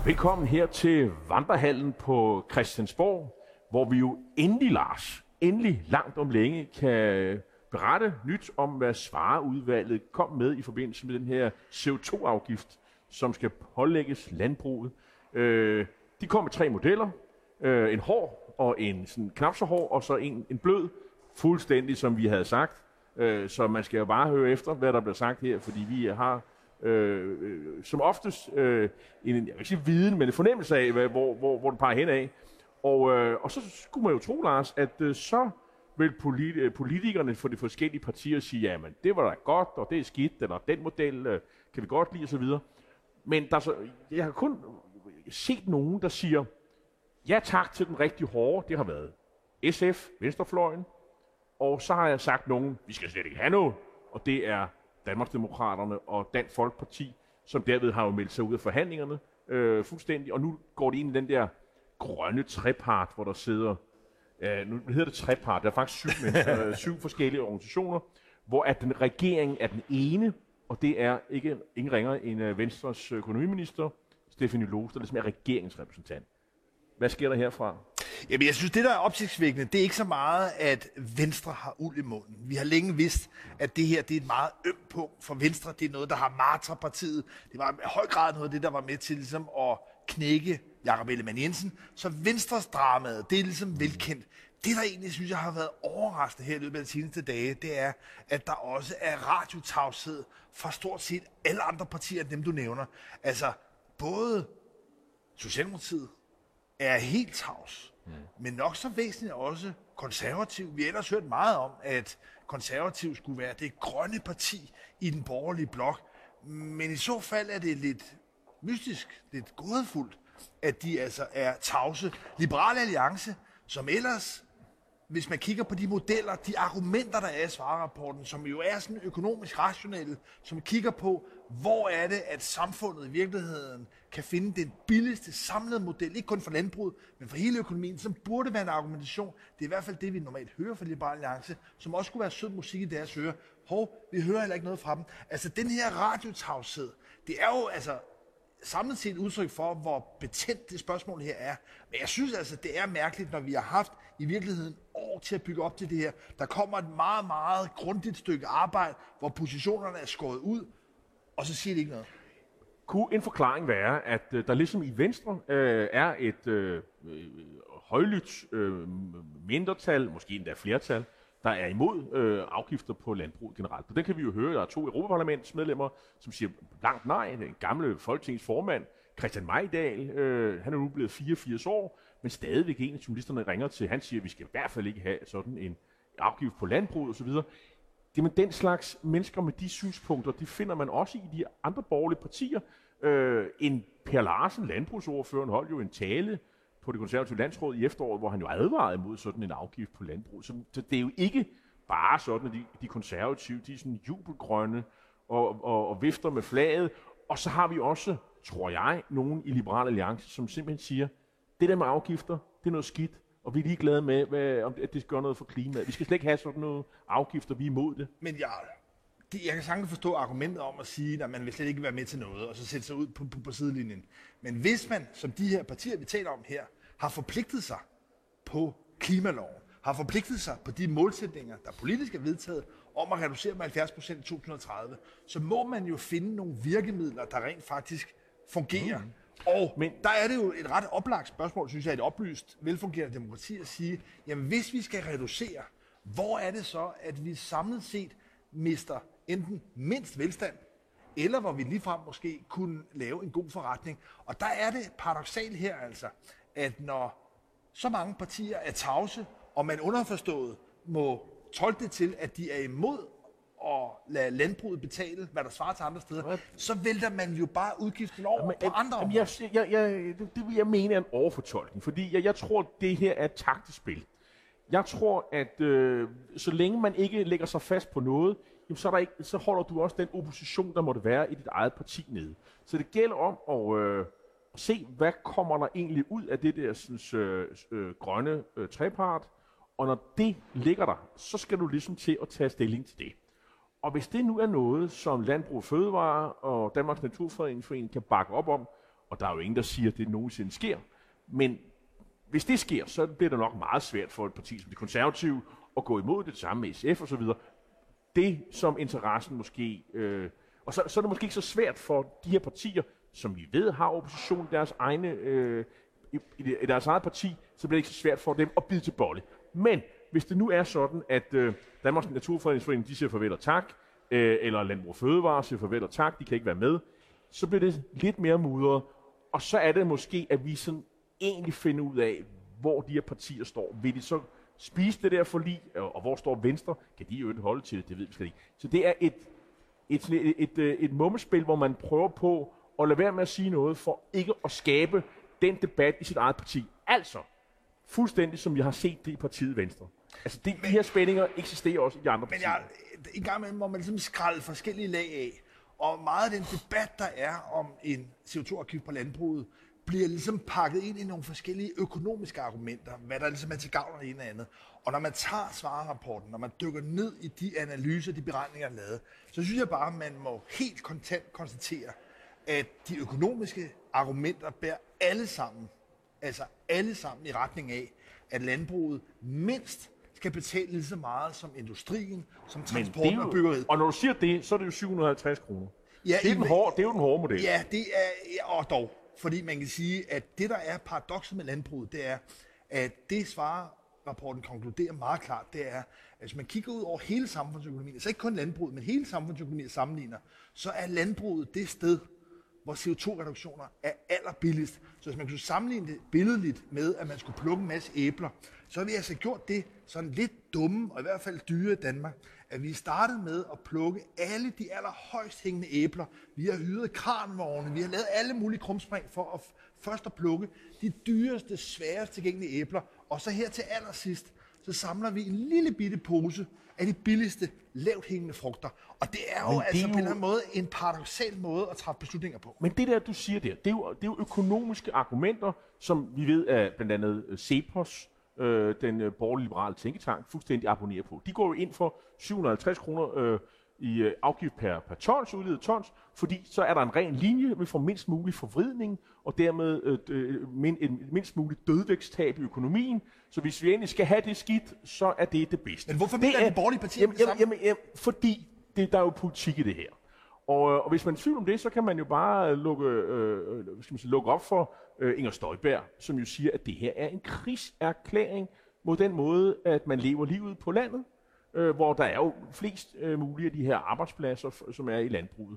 Velkommen her til Vandrehallen på Christiansborg, hvor vi jo endelig, Lars, langt om længe kan berette nyt om, hvad Svarerudvalget kom med i forbindelse med den her CO2-afgift, som skal pålægges landbruget. De kom med 3 modeller. En hård og en sådan knap så hård, og så en blød, fuldstændig som vi havde sagt. Så man skal jo bare høre efter, hvad der bliver sagt her, fordi vi har som oftest jeg vil ikke sige viden, men en fornemmelse af, hvor det peger hen af. Og så skulle man jo tro, Lars, at så vil politikerne for de forskellige partier sige, jamen det var da godt, og det er skidt, eller den model kan vi godt lide, osv. Men jeg har kun set nogen, der siger, ja tak til den rigtig hårde, det har været SF, Venstrefløjen, og så har jeg sagt nogen, vi skal slet ikke have noget, og det er Danmarksdemokraterne og Dansk Folkeparti, som derved har jo meldt sig ud af forhandlingerne fuldstændig, og nu går det ind i den der grønne trepart, hvor der sidder, nu hedder det trepart, der er faktisk 7 forskellige organisationer, hvor at den regering er den ene, og det er ingen ringer end Venstres økonomiminister, Stephanie Lose, der ligesom er regeringsrepræsentant. Hvad sker der herfra? Jamen, jeg synes, det der er opsigtsvækkende, det er ikke så meget, at Venstre har uld i munden. Vi har længe vidst, at det her det er et meget ømt punkt for Venstre. Det er noget, der har martret partiet. Det var i høj grad noget af det, der var med til ligesom at knække Jakob Ellemann-Jensen. Så Venstres dramaet, det er ligesom velkendt. Det, der egentlig, synes jeg, har været overraskende her i løbet af de seneste dage, det er, at der også er radiotavshed fra stort set alle andre partier end dem, du nævner. Altså, både Socialdemokratiet er helt tavs. Men nok så væsentligt også konservativ. Vi har ellers hørt meget om, at konservativ skulle være det grønne parti i den borgerlige blok. Men i så fald er det lidt mystisk, lidt gådefuldt, at de altså er tavse. Liberal Alliance, som ellers, hvis man kigger på de modeller, de argumenter, der er i svarerrapporten, som jo er sådan økonomisk rationelle, som kigger på, hvor er det, at samfundet i virkeligheden kan finde den billigste samlede model, ikke kun for landbruget, men for hele økonomien, som burde være en argumentation. Det er i hvert fald det, vi normalt hører fra Liberal Alliance, som også skulle være sød musik i deres ører. Vi hører heller ikke noget fra dem. Altså, den her radiotavshed, det er jo altså samlet set udtryk for, hvor betændt det spørgsmål her er. Men jeg synes altså, det er mærkeligt, når vi har haft i virkeligheden år til at bygge op til det her. Der kommer et meget, meget grundigt stykke arbejde, hvor positionerne er skåret ud, og så siger det ikke noget. Kunne en forklaring være, at der ligesom i Venstre er et højlydt mindretal, måske endda flertal, der er imod afgifter på landbrug generelt. Og det kan vi jo høre, der er 2 Europaparlamentsmedlemmer, som siger blankt nej. Den gamle folketingsformand, Christian Majdal, han er nu blevet 84 år, men stadigvæk en af journalisterne ringer til, han siger, at vi skal i hvert fald ikke have sådan en afgift på landbrug osv. Det med den slags mennesker med de synspunkter, det finder man også i de andre borgerlige partier. En Per Larsen, landbrugsordføreren, holdt jo en tale på det konservative landsråd i efteråret, hvor han jo advarede imod sådan en afgift på landbrug. Så det er jo ikke bare sådan, at de konservative, de er sådan jubelgrønne og vifter med flaget. Og så har vi også, tror jeg, nogen i Liberal Alliance, som simpelthen siger, det der med afgifter, det er noget skidt, og vi er ligeglade med, om det gør noget for klimaet. Vi skal slet ikke have sådan nogle afgifter, vi er imod det. Men jeg kan sagtens forstå argumentet om at sige, at man vil slet ikke være med til noget, og så sætte sig ud på sidelinjen. Men hvis man, som de her partier, vi taler om her, har forpligtet sig på klimaloven, har forpligtet sig på de målsætninger, der politisk er vedtaget, om at reducere med 70% i 2030, så må man jo finde nogle virkemidler, der rent faktisk fungerer. Men der er det jo et ret oplagt spørgsmål, synes jeg, et oplyst, velfungerende demokrati at sige, jamen hvis vi skal reducere, hvor er det så, at vi samlet set mister enten mindst velstand, eller hvor vi ligefrem måske kunne lave en god forretning. Og der er det paradoksalt her altså, at når så mange partier er tavse, og man underforstået må tolke det til, at de er imod at lade landbruget betale, hvad der svarer til andre steder, så vælter man jo bare udgiften over på andre områder. Det vil jeg mene er en overfortolkning, fordi jeg tror, det her er et taktisk spil. Jeg tror, at så længe man ikke lægger sig fast på noget, jamen, så holder du også den opposition, der måtte være i dit eget parti nede. Så det gælder om at se, hvad kommer der egentlig ud af det der grønne trepart, og når det ligger der, så skal du ligesom til at tage stilling til det. Og hvis det nu er noget, som Landbrug og Fødevare og Danmarks Naturfredningsforening kan bakke op om, Og der er jo ingen, der siger, at det nogensinde sker. Men hvis det sker, så bliver det nok meget svært for et parti som de konservative at gå imod det samme med SF og så videre. Det som interessen måske... og så er det måske ikke så svært for de her partier, som vi ved har opposition i deres egne... I deres eget parti, så bliver det ikke så svært for dem at bide til bolle. Men hvis det nu er sådan, at Danmarks Naturfredningsforening, de siger farvel og tak, eller Landbrug og Fødevare siger farvel og tak, de kan ikke være med, så bliver det lidt mere mudret. Og så er det måske, at vi sådan egentlig finder ud af, hvor de her partier står. Vil de så spise det der forlig, og hvor står Venstre? Kan de jo ikke holde til det? Det ved vi slet ikke. Så det er et mummespil, hvor man prøver på at lade være med at sige noget, for ikke at skabe den debat i sit eget parti. Altså, fuldstændig som jeg har set det i partiet Venstre. Altså, de her spændinger eksisterer også i de andre partier. Men en gang imellem må man ligesom skralde forskellige lag af. Og meget af den debat, der er om en CO2-afgift på landbruget, bliver ligesom pakket ind i nogle forskellige økonomiske argumenter, hvad der ligesom er til gavn af det ene og andet. Og når man tager svarerapporten, når man dykker ned i de analyser, de beregninger, der er lavet, så synes jeg bare, at man må helt kontant konstatere, at de økonomiske argumenter bærer alle sammen i retning af, at landbruget mindst skal betale lige så meget som industrien, som transporten og byggeriet. Og når du siger det, så er det jo 750 kroner. Ja, det er jo den hårde model. Ja, det er, og dog. Fordi man kan sige, at det, der er paradokset med landbruget, det er, at det svarerapporten konkluderer meget klart, det er, at hvis man kigger ud over hele samfundsøkonomien, så ikke kun landbruget, men hele samfundsøkonomien sammenligner, så er landbruget det sted, hvor CO2-reduktioner er allerbilligst. Så hvis man kunne sammenligne det billedligt med, at man skulle plukke en masse æbler, så har vi altså gjort det sådan lidt dumme, og i hvert fald dyre i Danmark, at vi startede med at plukke alle de allerhøjst hængende æbler. Vi har hyret kranvogne, vi har lavet alle mulige krumspring for at først at plukke de dyreste, sværest tilgængelige æbler, og så her til allersidst, så samler vi en lille bitte pose af de billigste, lavt hængende frugter. Og det er jo altså på en eller anden måde en paradoksal måde at træffe beslutninger på. Men det der, du siger der, det er jo økonomiske argumenter, som vi ved, at blandt andet CEPOS, den borgerlige-liberale tænketank, fuldstændig abonnerer på. De går jo ind for 750 kroner i afgift per tons, udledet tons, fordi så er der en ren linje, vi får mindst mulig forvridning, og dermed mindst muligt dødvægtstab i økonomien. Så hvis vi endelig skal have det skidt, så er det bedste. Men hvorfor mener de borgerlige partier det samme? Fordi der er jo politik i det her. Og hvis man er i tvivl om det, så kan man jo bare lukke op for Inger Støjberg, som jo siger, at det her er en krigserklæring mod den måde, at man lever livet på landet, hvor der er jo flest mulige af de her arbejdspladser, som er i landbruget.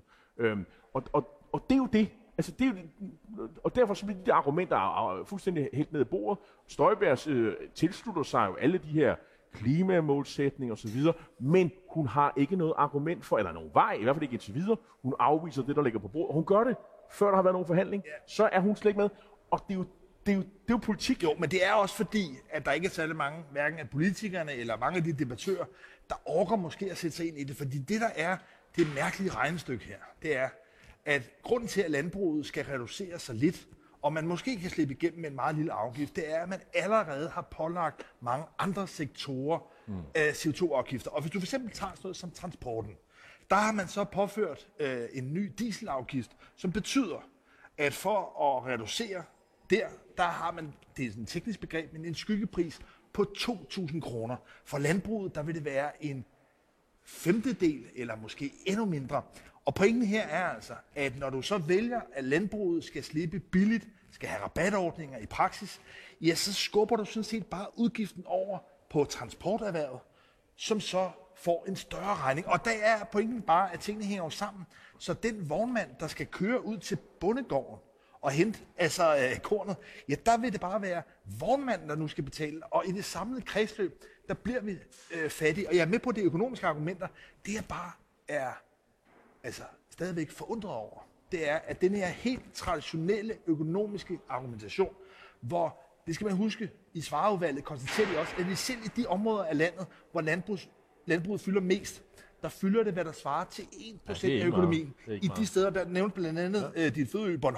Og det er jo det. Altså, det er jo, og derfor så bliver de argumenter fuldstændig helt ned i bordet. Støjbergs tilslutter sig jo alle de her klimamålsætninger osv., men hun har ikke noget argument for, eller nogen vej, i hvert fald ikke indtil videre. Hun afviser det, der ligger på bordet, og hun gør det, før der har været nogen forhandling. Så er hun slet ikke med, og det er jo politik. Jo, men det er også fordi, at der ikke er særlig mange, hverken af politikerne eller mange af de debattører, der orker måske at sætte sig ind i det, fordi det, der er det mærkelige regnestykke her, det er, at grunden til, at landbruget skal reducere sig lidt, og man måske kan slippe igennem med en meget lille afgift, det er, at man allerede har pålagt mange andre sektorer af CO2-afgifter. Og hvis du for eksempel tager noget som transporten, der har man så påført en ny dieselafgift, som betyder, at for at reducere der har man, det er sådan et teknisk begreb, men en skyggepris på 2.000 kroner. For landbruget, der vil det være en femtedel, eller måske endnu mindre. Og pointen her er altså, at når du så vælger, at landbruget skal slippe billigt, skal have rabatordninger i praksis, ja, så skubber du sådan set bare udgiften over på transporterhvervet, som så får en større regning. Og der er pointen bare, at tingene hænger jo sammen. Så den vognmand, der skal køre ud til bondegården og hente kornet, ja, der vil det bare være vognmanden, der nu skal betale. Og i det samlede kredsløb, der bliver vi fattige. Og jeg er med på de økonomiske argumenter. Det jeg bare er stadigvæk forundret over, det er, at den her helt traditionelle økonomiske argumentation, hvor, det skal man huske, i svareudvalget konstaterer de også, at vi selv i de områder af landet, hvor landbruget fylder mest, der fylder det, hvad der svarer til 1% af økonomien. I de steder, der nævnt blandt andet dit fødeø Bornholm,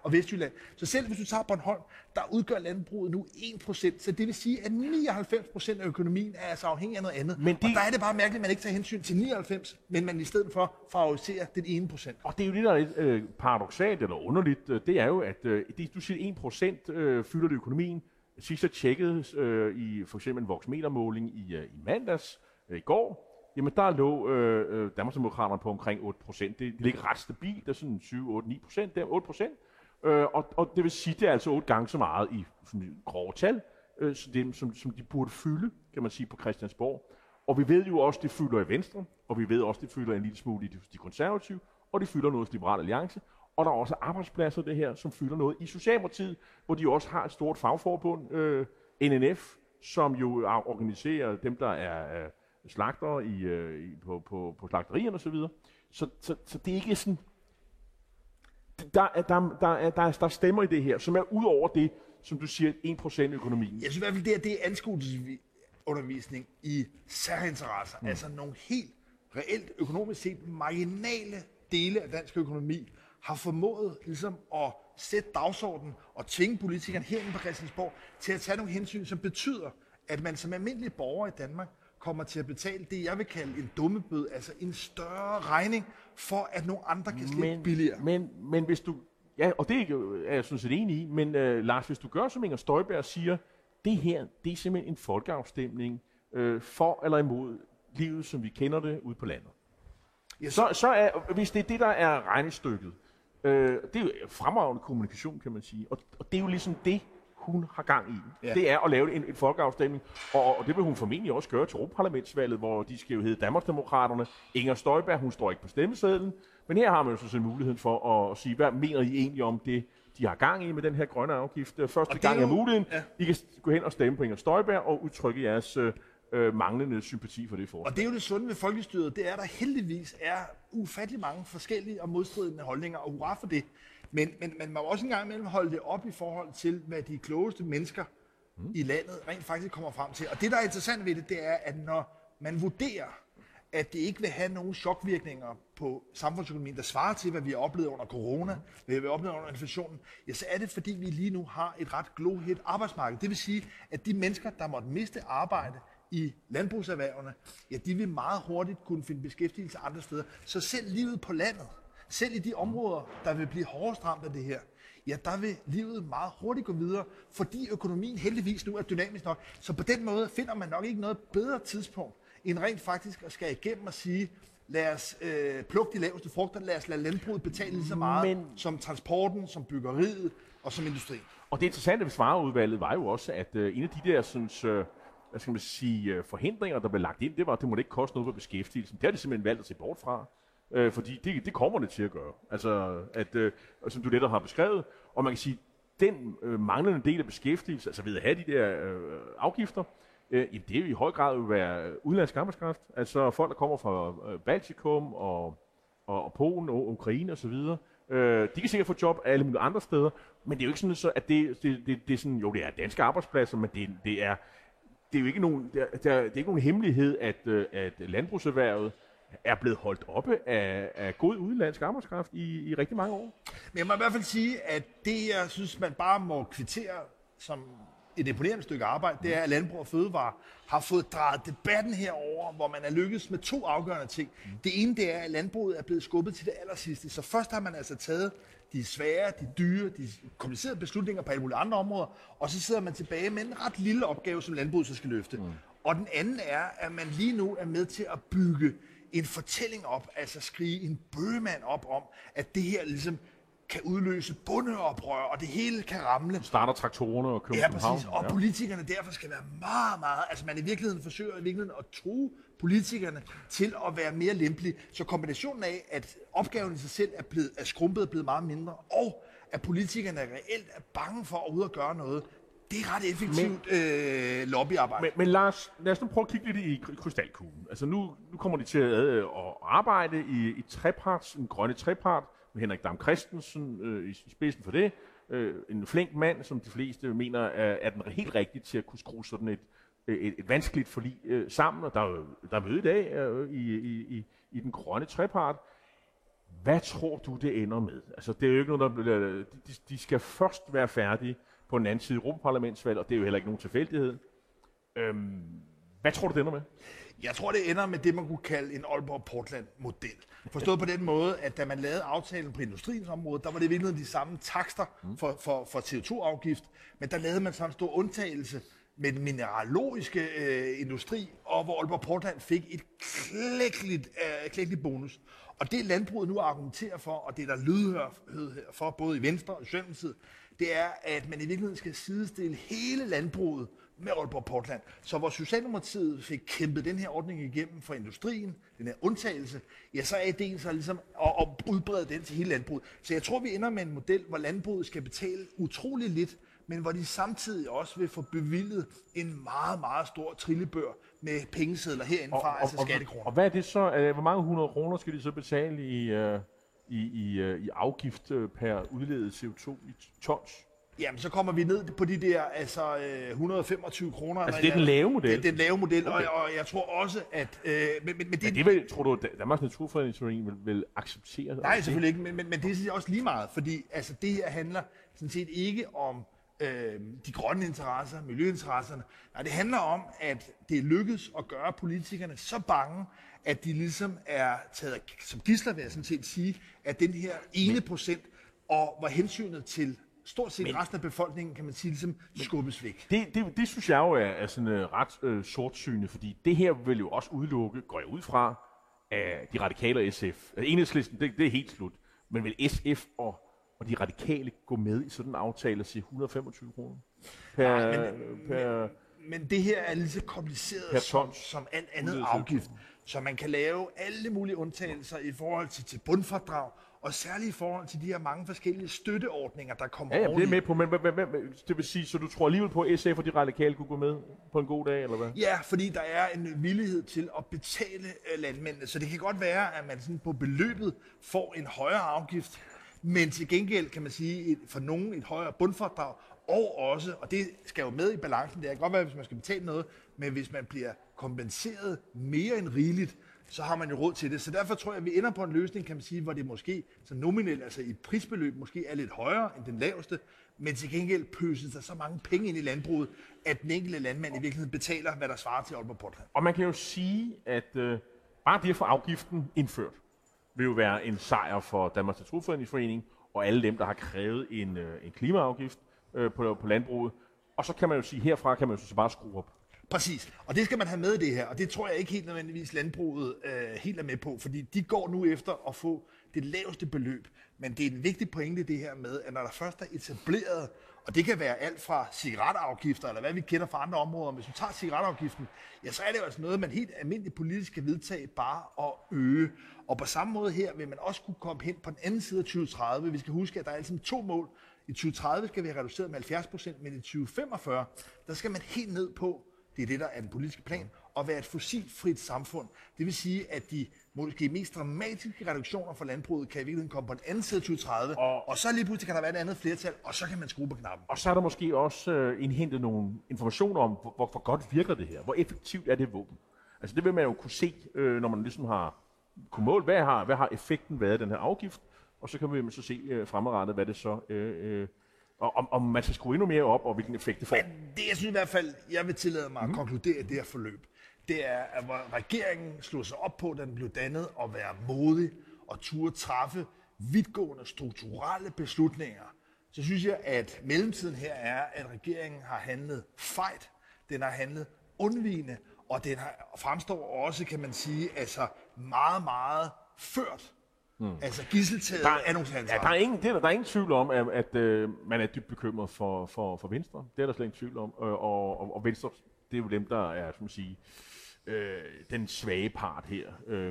og Vestjylland. Så selv hvis du tager Bornholm, der udgør landbruget nu 1%, så det vil sige, at 99% af økonomien er altså afhængig af noget andet. Og der er det bare mærkeligt, at man ikke tager hensyn til 99, men man i stedet for favoriserer den 1%. Og det er jo det, der er lidt paradoksalt eller underligt, det er jo, at du siger 1% fylder det økonomien. Sidst jeg tjekkede i for eksempel en voksmetermåling i mandags i går, jamen der lå Danmarksdemokraterne på omkring 8%. Det ligger ret stabilt, det er sådan 7-8-9%, det er 8%. Og det vil sige, det er altså 8 gange så meget i grove tal, som de burde fylde, kan man sige, på Christiansborg. Og vi ved jo også, det fylder i Venstre, og vi ved også, det fylder en lille smule i de konservative, og det fylder noget i Liberal Alliance. Og der er også arbejdspladser, det her, som fylder noget i Socialdemokratiet, hvor de også har et stort fagforbund, NNF, som jo organiserer dem, der er slagtere på slagterierne osv. Så det er ikke sådan... Der stemmer i det her, som er ud over det, som du siger, 1% økonomien. Jeg synes i hvert fald, det er anskuelsesundervisning i særinteresser. Altså nogle helt reelt økonomisk set marginale dele af dansk økonomi har formået ligesom at sætte dagsordenen og tvinge politikerne herinde på Christiansborg til at tage nogle hensyn, som betyder, at man som almindelig borger i Danmark kommer til at betale det, jeg vil kalde en dummebøde, altså en større regning, for at nogle andre kan slippe billigere. Men hvis du, ja, og det er jeg sådan set enig i, men Lars, hvis du gør som Inger Støjberg siger, det her, det er simpelthen en folkeafstemning for eller imod livet, som vi kender det ude på landet. Yes. Så er, hvis det er det, der er regnestykket, det er jo fremragende kommunikation, kan man sige, og det er jo ligesom det, hun har gang i. Ja. Det er at lave en folkeafstemning, og det vil hun formentlig også gøre til Europaparlamentsvalget, hvor de skal jo hedde Danmarksdemokraterne. Inger Støjberg, hun står ikke på stemmesedlen, men her har man jo så sådan muligheden for at sige, hvad mener I egentlig om det, de har gang i med den her grønne afgift. Første gang er muligheden. Ja. I kan gå hen og stemme på Inger Støjberg og udtrykke jeres manglende sympati for det forslag. Og det er jo det sunde ved folkestyret, det er, der heldigvis er ufattelig mange forskellige og modstridende holdninger, og hurra for det. Men man må også en gang imellem holde det op i forhold til, hvad de klogeste mennesker i landet rent faktisk kommer frem til. Og det, der er interessant ved det, det er, at når man vurderer, at det ikke vil have nogen chokvirkninger på samfundsøkonomien, der svarer til, hvad vi har oplevet under corona, hvad vi har oplevet under inflationen, ja, så er det, fordi vi lige nu har et ret glohedt arbejdsmarked. Det vil sige, at de mennesker, der måtte miste arbejde i landbrugserhvervene, ja, de vil meget hurtigt kunne finde beskæftigelse andre steder. Så selv livet på landet, selv i de områder, der vil blive hårdest ramt af det her, ja, der vil livet meget hurtigt gå videre, fordi økonomien heldigvis nu er dynamisk nok. Så på den måde finder man nok ikke noget bedre tidspunkt, end rent faktisk at skal igennem og sige, lad os plukke de laveste frugter, lad os lade landbruget betale lige så meget som transporten, som byggeriet og som industrien. Og det interessante ved Svareudvalget var jo også, at en af de der synes, hvad skal man sige, forhindringer, der blev lagt ind, det var, at det måtte ikke koste noget på beskæftigelsen. Det har de simpelthen valgt at se bort fra. Fordi det kommer det til at gøre. Altså, som du netop har beskrevet. Og man kan sige, den manglende del af beskæftigelse, altså ved at have de der afgifter, det er jo i høj grad at være udenlandsk arbejdskraft. Altså folk, der kommer fra Baltikum og Polen og Ukraine osv., de kan sikkert få job alle mulige andre steder, men det er jo ikke sådan, så, at det er sådan, jo, det er danske arbejdspladser, men det er jo ikke nogen, det er ikke nogen hemmelighed, at landbrugserhvervet er blevet holdt oppe af god udenlandsk arbejdskraft i rigtig mange år. Men jeg må i hvert fald sige, at det, jeg synes, man bare må kvittere som et imponerende stykke arbejde, det er, at Landbrug og Fødevare har fået drejet debatten herover, hvor man er lykkedes med 2 afgørende ting. Det ene, det er, at landbruget er blevet skubbet til det allersidste. Så først har man altså taget de svære, de dyre, de komplicerede beslutninger på alle mulige andre områder, og så sidder man tilbage med en ret lille opgave, som landbruget så skal løfte. Og den anden er, at man lige nu er med til at bygge en fortælling op, altså skrige en bøgemand op om, at det her ligesom kan udløse bondeoprør, og det hele kan ramle. Starter traktorerne og køber præcis. Og politikerne derfor skal være meget, meget... Altså man i virkeligheden forsøger at true politikerne til at være mere lempelige. Så kombinationen af, at opgaven i sig selv er skrumpet og blevet meget mindre, og at politikerne reelt er bange for at ud og gøre noget, det er ret effektivt lobbyarbejde. Men Lars, lad os nu prøve at kigge lidt i krystalkuglen. Altså nu kommer de til at arbejde i en grønne trepart, med Henrik Dam Kristensen i spidsen for det. En flink mand, som de fleste mener er den helt rigtige til at kunne skrue sådan et vanskeligt forlig sammen. Og der er møde i dag i den grønne trepart. Hvad tror du, det ender med? Altså, det er jo ikke noget, der bliver... De skal først være færdige på den anden side Europaparlamentsvalg, og det er jo heller ikke nogen tilfældighed. Hvad tror du, det ender med? Jeg tror, det ender med det, man kunne kalde en Aalborg-Portland-model. Forstået på den måde, at da man lavede aftalen på industriens område, der var det virkelig de samme takster for CO2-afgift, men der lavede man sådan en stor undtagelse med den mineralogiske industri, og hvor Aalborg Portland fik et klækkeligt bonus. Og det landbruget nu argumenterer for, og det er der lydhørhed for, både i Venstre og Socialdemokratiet, det er, at man i virkeligheden skal sidestille hele landbruget med Aalborg Portland. Så hvor Socialdemokratiet fik kæmpet den her ordning igennem for industrien, den her undtagelse, ja, så er ideen så ligesom at udbrede den til hele landbruget. Så jeg tror, vi ender med en model, hvor landbruget skal betale utrolig lidt, men hvor de samtidig også vil få bevilget en meget, meget stor trillebør med pengesedler herindefra, altså skattekroner. Og hvad er det så? Hvor mange 100 kroner skal de så betale i afgift per udledet CO2 i tons? Jamen, så kommer vi ned på de der 125 kroner. Altså, det er den lave model? Det er den lave model, okay. og jeg tror også, at... tror du, at Danmarks Naturfredningsforening vil acceptere det? Nej, selvfølgelig ikke, men det er også lige meget, fordi altså, det her handler sådan set ikke om de grønne interesser, miljøinteresserne. Nej, det handler om, at det er lykkedes at gøre politikerne så bange, at de ligesom er taget som gidsler, vil jeg sådan set sige, at den her 1%, og hvor hensynet til stort set resten af befolkningen, kan man sige, ligesom skubbes væk. Det synes jeg jo er sådan ret sortsynet, fordi det her vil jo også udelukke, går jeg ud fra, af de radikale og SF. Enhedslisten, det er helt slut. Men vil SF og de radikale gå med i sådan en aftale og sige 125 kroner? Men det her er lige så kompliceret som alt andet afgift. Så man kan lave alle mulige undtagelser i forhold til bundfradrag, og særligt i forhold til de her mange forskellige støtteordninger, der kommer oveni. Ja, det er med på, men det vil sige, så du tror alligevel på, at SF og de radikale kunne gå med på en god dag, eller hvad? Ja, fordi der er en villighed til at betale landmændene, så det kan godt være, at man sådan på beløbet får en højere afgift, men til gengæld kan man sige, for nogen et højere bundfradrag, og også, og det skal jo med i balancen, det kan godt være, hvis man skal betale noget, men hvis man bliver kompenseret mere end rigeligt, så har man jo råd til det. Så derfor tror jeg, at vi ender på en løsning, kan man sige, hvor det måske så nominelt, altså i prisbeløb, måske er lidt højere end den laveste, men til gengæld pøses der så mange penge ind i landbruget, at den enkelte landmand i virkeligheden betaler, hvad der svarer til Aalborg Portland. Og man kan jo sige, at bare det at få afgiften indført, vil jo være en sejr for Danmarks Naturfredningsforening og alle dem, der har krævet en klimaafgift på landbruget. Og så kan man jo sige, herfra kan man jo så bare skrue op. Præcis, og det skal man have med i det her, og det tror jeg ikke helt nødvendigvis landbruget helt er med på, fordi de går nu efter at få det laveste beløb. Men det er en vigtig pointe det her med, at når der først er etableret, og det kan være alt fra cigaretafgifter, eller hvad vi kender fra andre områder, hvis man tager cigaretafgiften, ja, så er det jo altså noget, man helt almindeligt politisk kan vedtage bare at øge. Og på samme måde her vil man også kunne komme hen på den anden side af 2030. Vi skal huske, at der er altså 2 mål. I 2030 skal vi have reduceret med 70%, men i 2045, der skal man helt ned på, det er det, der er den politiske plan, at være et fossilfrit samfund. Det vil sige, at de måske mest dramatiske reduktioner for landbruget kan i virkeligheden komme på den anden side af 2030, og så lige pludselig kan der være et andet flertal, og så kan man skrue på knappen. Og så er der måske også indhentet nogle informationer om, hvor godt virker det her. Hvor effektivt er det våben? Altså det vil man jo kunne se, når man ligesom har kunnet måle, hvad har effekten været af den her afgift, og så kan vi så se fremadrettet, hvad det så... om man skal skrue endnu mere op, og hvilken effekt det får. Men det, jeg synes i hvert fald, jeg vil tillade mig at konkludere i det her forløb, det er, at hvor regeringen slog sig op på, da den blev dannet, at være modig og turde træffe vidtgående strukturelle beslutninger, så synes jeg, at mellemtiden her er, at regeringen har handlet fejt, den har handlet undvigende, og den fremstår også, kan man sige, altså meget, meget ført. Altså gisseltaget er nogle ansvar. Ja, der er ingen tvivl om, at man er dybt bekymret for Venstre. Det er der slet ingen tvivl om. Og Venstre, det er jo dem, der er, som man sige, den svage part her,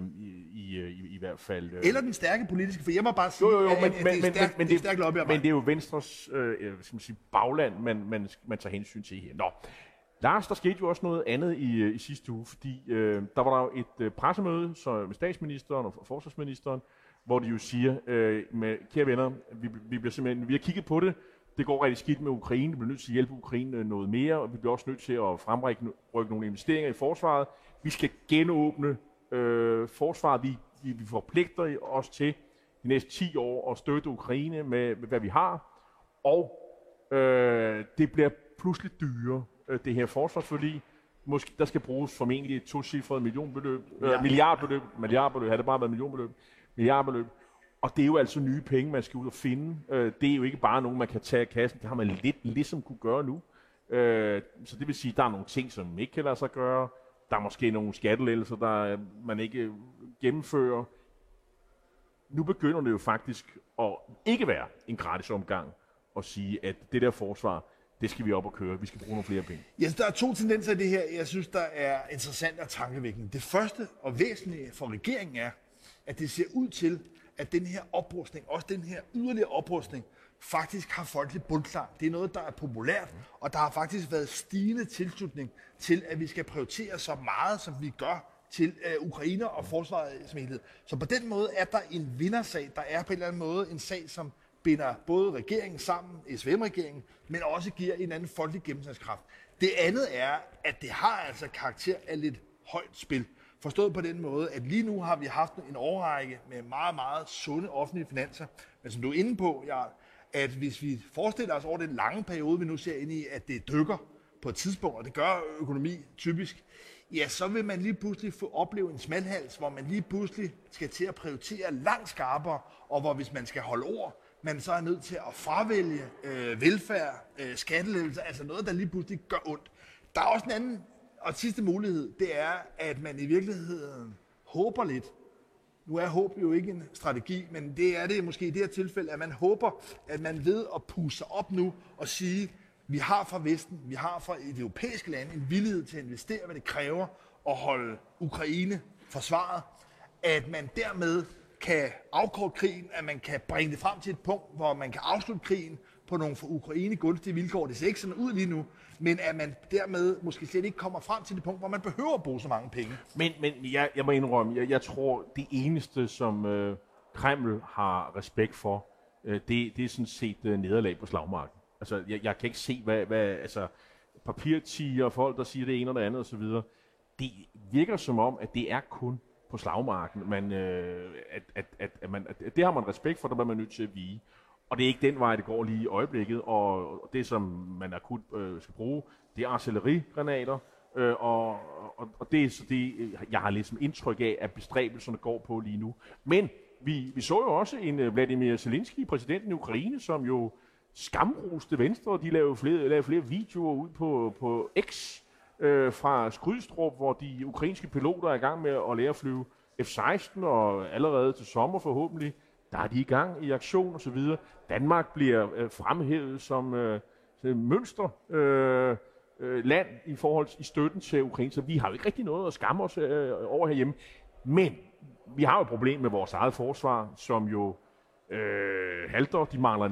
i hvert fald. Eller den stærke politiske, for jeg må bare sige, at det er stærkt lobbyarbejde. Men det er jo Venstres skal man sige, bagland, man tager hensyn til her. Nå. Lars, der skete jo også noget andet i sidste uge, fordi der var der jo et pressemøde med statsministeren og forsvarsministeren, hvor de jo siger, kære venner, vi har kigget på det, det går rigtig skidt med Ukraine, vi bliver nødt til at hjælpe Ukraine noget mere, og vi bliver også nødt til at fremrykke nogle investeringer i forsvaret. Vi skal genåbne forsvaret, vi forpligter os til de næste 10 år og støtte Ukraine med hvad vi har. Og det bliver pludselig dyrere, det her forsvarsforlig. Måske der skal bruges formentlig et tocifret milliardbeløb. Har det bare været milliardbeløb. Og det er jo altså nye penge, man skal ud og finde. Det er jo ikke bare nogen, man kan tage af kassen. Det har man lidt ligesom kunne gøre nu. Så det vil sige, at der er nogle ting, som ikke kan lade sig gøre. Der er måske nogle skattelettelser, der man ikke gennemfører. Nu begynder det jo faktisk at ikke være en gratis omgang at sige, at det der forsvar, det skal vi op og køre. Vi skal bruge nogle flere penge. Ja, der er to tendenser i det her, jeg synes, der er interessant og tankevækkende. Det første og væsentlige for regeringen er, at det ser ud til, at den her oprustning, også den her yderligere oprustning, faktisk har folkelig bundklang. Det er noget, der er populært, og der har faktisk været stigende tilslutning til, at vi skal prioritere så meget, som vi gør til Ukraine og forsvaret som helhed. Så på den måde er der en vindersag. Der er på en eller anden måde en sag, som binder både regeringen sammen, SVM-regeringen, men også giver en anden folkelig gennemslagskraft. Det andet er, at det har altså karakter af lidt højt spil. Forstået på den måde, at lige nu har vi haft en årrække med meget, meget sunde offentlige finanser. Men som du er inde på, Jarl, at hvis vi forestiller os over den lange periode, vi nu ser ind i, at det dykker på et tidspunkt, og det gør økonomi typisk, ja, så vil man lige pludselig få opleve en smalhals, hvor man lige pludselig skal til at prioritere langt skarpere, og hvor hvis man skal holde ord, man så er nødt til at fravælge velfærd, skattelettelser, altså noget, der lige pludselig gør ondt. Der er også en anden og sidste mulighed, det er, at man i virkeligheden håber lidt. Nu er håb jo ikke en strategi, men det er det måske i det her tilfælde, at man håber, at man ved at pusse op nu og sige, vi har fra Vesten, vi har fra et europæiske land en villighed til at investere, hvad det kræver at holde Ukraine forsvaret, at man dermed kan afkorte krigen, at man kan bringe det frem til et punkt, hvor man kan afslutte krigen på nogle for Ukraine gunstige vilkår. Det ser ikke sådan ud lige nu, men at man dermed måske slet ikke kommer frem til det punkt, hvor man behøver at bruge så mange penge. Men jeg må indrømme, jeg tror, det eneste, som Kreml har respekt for, det er sådan set nederlag på slagmarken. Altså, jeg kan ikke se, hvad altså, papirtiger og folk, der siger det ene og det andet osv., det virker som om, at det er kun på slagmarken, det har man respekt for, der er man nødt til at vige. Og det er ikke den vej, det går lige i øjeblikket, og det, som man akut skal bruge, det er artillerigranater, og det er så det, jeg har lidt som indtryk af, at bestræbelserne går på lige nu. Men vi så jo også en Vladimir Zelensky, præsidenten i Ukraine, som jo skamroste Venstre, og de lavede flere videoer ud på X fra Skrydstrup, hvor de ukrainske piloter er i gang med at lære at flyve F-16, og allerede til sommer forhåbentlig, der er de i gang i aktion osv. Danmark bliver fremhævet som mønster land i forhold til støtten til Ukraine, så vi har jo ikke rigtig noget at skamme os over herhjemme. Men vi har jo et problem med vores eget forsvar, som jo halter, de mangler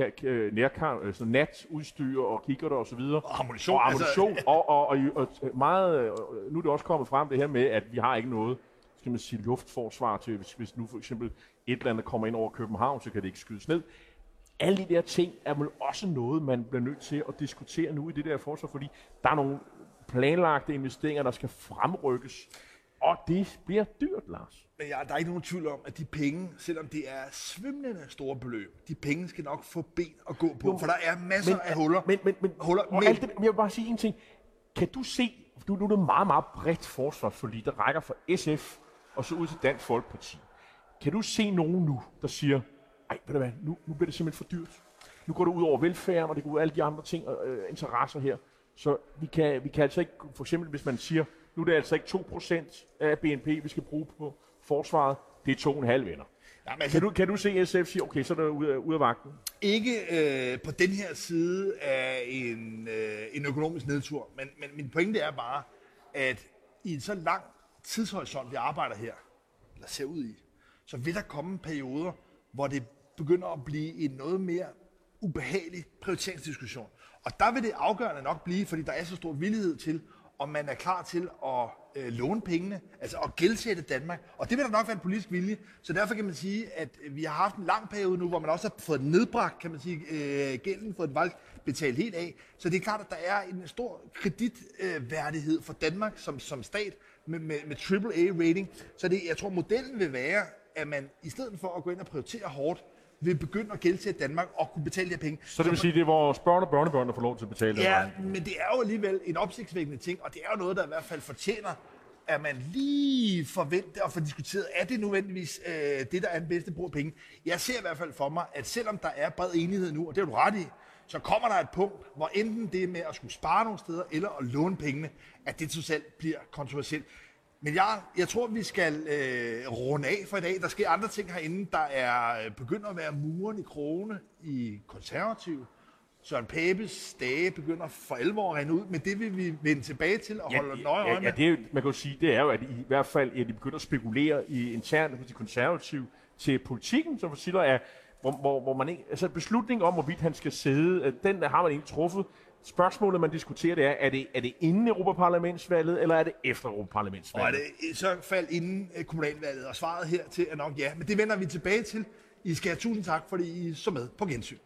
natudstyr og kikkerter og så videre. Og ammunition. Og meget, nu er det også kommet frem det her med, at vi har ikke noget, skal man sige, luftforsvar til, hvis nu for eksempel et eller andet kommer ind over København, så kan det ikke skydes ned. Alle de der ting er vel også noget, man bliver nødt til at diskutere nu i det der forsvar, fordi der er nogle planlagte investeringer, der skal fremrykkes. Og det bliver dyrt, Lars. Men der er ikke nogen tvivl om, at de penge, selvom det er svimlende store beløb, de penge skal nok få ben at gå på, for der er masser af huller. Men jeg vil bare sige en ting. Kan du se, nu er det meget, meget bredt forsvarsforlig, der rækker fra SF og så ud til Dansk Folkeparti. Kan du se nogen nu, der siger, ej, ved du hvad, nu bliver det simpelthen for dyrt. Nu går det ud over velfærden, og det går ud over alle de andre ting og interesser her. Så vi kan altså ikke, for eksempel hvis man siger, nu er det altså ikke 2% af BNP, vi skal bruge på forsvaret. Det er 2,5 venner. Jamen, altså, kan du se SF sige, okay, så er der ud af vagten? Ikke på den her side af en økonomisk nedtur, men min pointe er bare, at i en så lang tidshorisont, vi arbejder her, eller ser ud i, så vil der komme perioder, hvor det begynder at blive en noget mere ubehagelig prioriteringsdiskussion. Og der vil det afgørende nok blive, fordi der er så stor villighed til, om man er klar til at låne pengene, altså at gældsætte Danmark. Og det vil der nok være en politisk vilje. Så derfor kan man sige, at vi har haft en lang periode nu, hvor man også har fået nedbragt, kan man sige, gælden, fået den betalt helt af. Så det er klart, at der er en stor kreditværdighed for Danmark som stat med AAA-rating. Så jeg tror, modellen vil være, at man i stedet for at gå ind og prioritere hårdt, vil begynde at gældsætte Danmark og kunne betale de her penge. Så det vil sige, det er vores børn og børnebørn, der får lov til at betale? Ja, men det er jo alligevel en opsigtsvækkende ting, og det er jo noget, der i hvert fald fortjener, at man lige forventer og får diskuteret, er det nødvendigvis det, der er den bedste brug af penge. Jeg ser i hvert fald for mig, at selvom der er bred enighed nu, og det er du ret i, så kommer der et punkt, hvor enten det med at skulle spare nogle steder, eller at låne pengene, at det totalt bliver kontroversielt. Men jeg tror, vi skal runde af for i dag. Der sker andre ting herinde. Der er begyndt at være muren i krogene i Konservative. Søren Papes dage begynder for alvor at rende ud, men det vil vi vende tilbage til og holde nøje øje med. Ja, det er, man kan jo sige, det er jo, at i hvert fald at de begynder at spekulere i internt hos de konservative til politikken, som for siger, er, hvor man ikke, altså beslutningen om, hvorvidt han skal sidde, den har man ikke truffet. Spørgsmålet, man diskuterer, det er det inden Europaparlamentsvalget, eller er det efter Europaparlamentsvalget? Og er det i så fald inden kommunalvalget, og svaret her til er nok ja, men det vender vi tilbage til. I skal have tusind tak, fordi I så med på gensyn.